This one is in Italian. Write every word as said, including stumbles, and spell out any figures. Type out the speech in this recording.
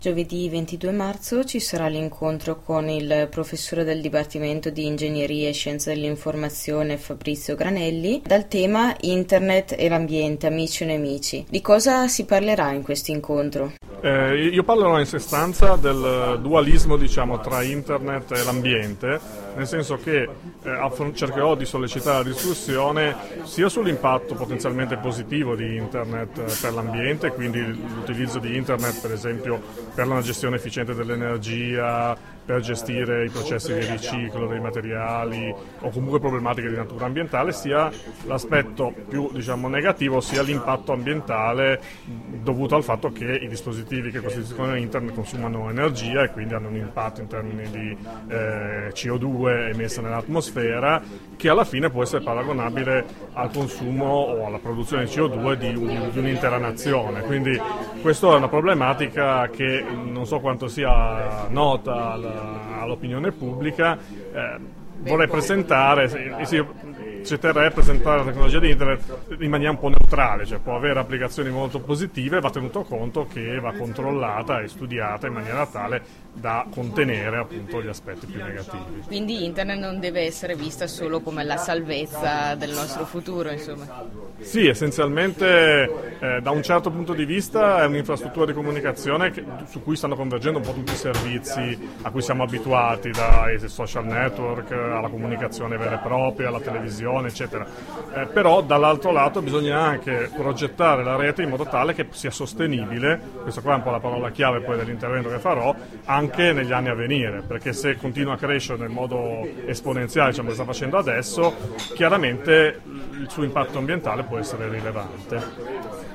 Giovedì ventidue marzo ci sarà l'incontro con il professore del Dipartimento di Ingegneria e Scienze dell'Informazione Fabrizio Granelli dal tema Internet e l'ambiente, amici e nemici. Di cosa si parlerà in questo incontro? Eh, io parlerò in sostanza del dualismo, diciamo, tra Internet e l'ambiente, nel senso che eh, cercherò di sollecitare la discussione sia sull'impatto potenzialmente positivo di Internet per l'ambiente, quindi l'utilizzo di Internet per esempio per una gestione efficiente dell'energia, per gestire i processi di riciclo dei materiali o comunque problematiche di natura ambientale, sia l'aspetto più, diciamo, negativo, sia l'impatto ambientale dovuto al fatto che i dispositivi che costituiscono Internet consumano energia e quindi hanno un impatto in termini di eh, C O due emessa nell'atmosfera, che alla fine può essere paragonabile al consumo o alla produzione di C O due di, un, di un'intera nazione. Quindi questa è una problematica che non so quanto sia nota al all'opinione pubblica. Eh, vorrei presentare, sì, sì, ci terrei a presentare la tecnologia di Internet in maniera un po' neutrale, cioè può avere applicazioni molto positive, va tenuto conto che va controllata e studiata in maniera tale da contenere appunto gli aspetti più negativi. Quindi Internet non deve essere vista solo come la salvezza del nostro futuro, insomma. Sì, essenzialmente eh, da un certo punto di vista è un'infrastruttura di comunicazione che, su cui stanno convergendo un po' tutti i servizi a cui siamo abituati, dai social network alla comunicazione vera e propria, alla televisione, eccetera. Eh, però dall'altro lato bisogna anche progettare la rete in modo tale che sia sostenibile, questa qua è un po' la parola chiave poi dell'intervento che farò, anche negli anni a venire, perché se continua a crescere nel modo esponenziale, diciamo, che sta facendo adesso, chiaramente il suo impatto ambientale può essere rilevante.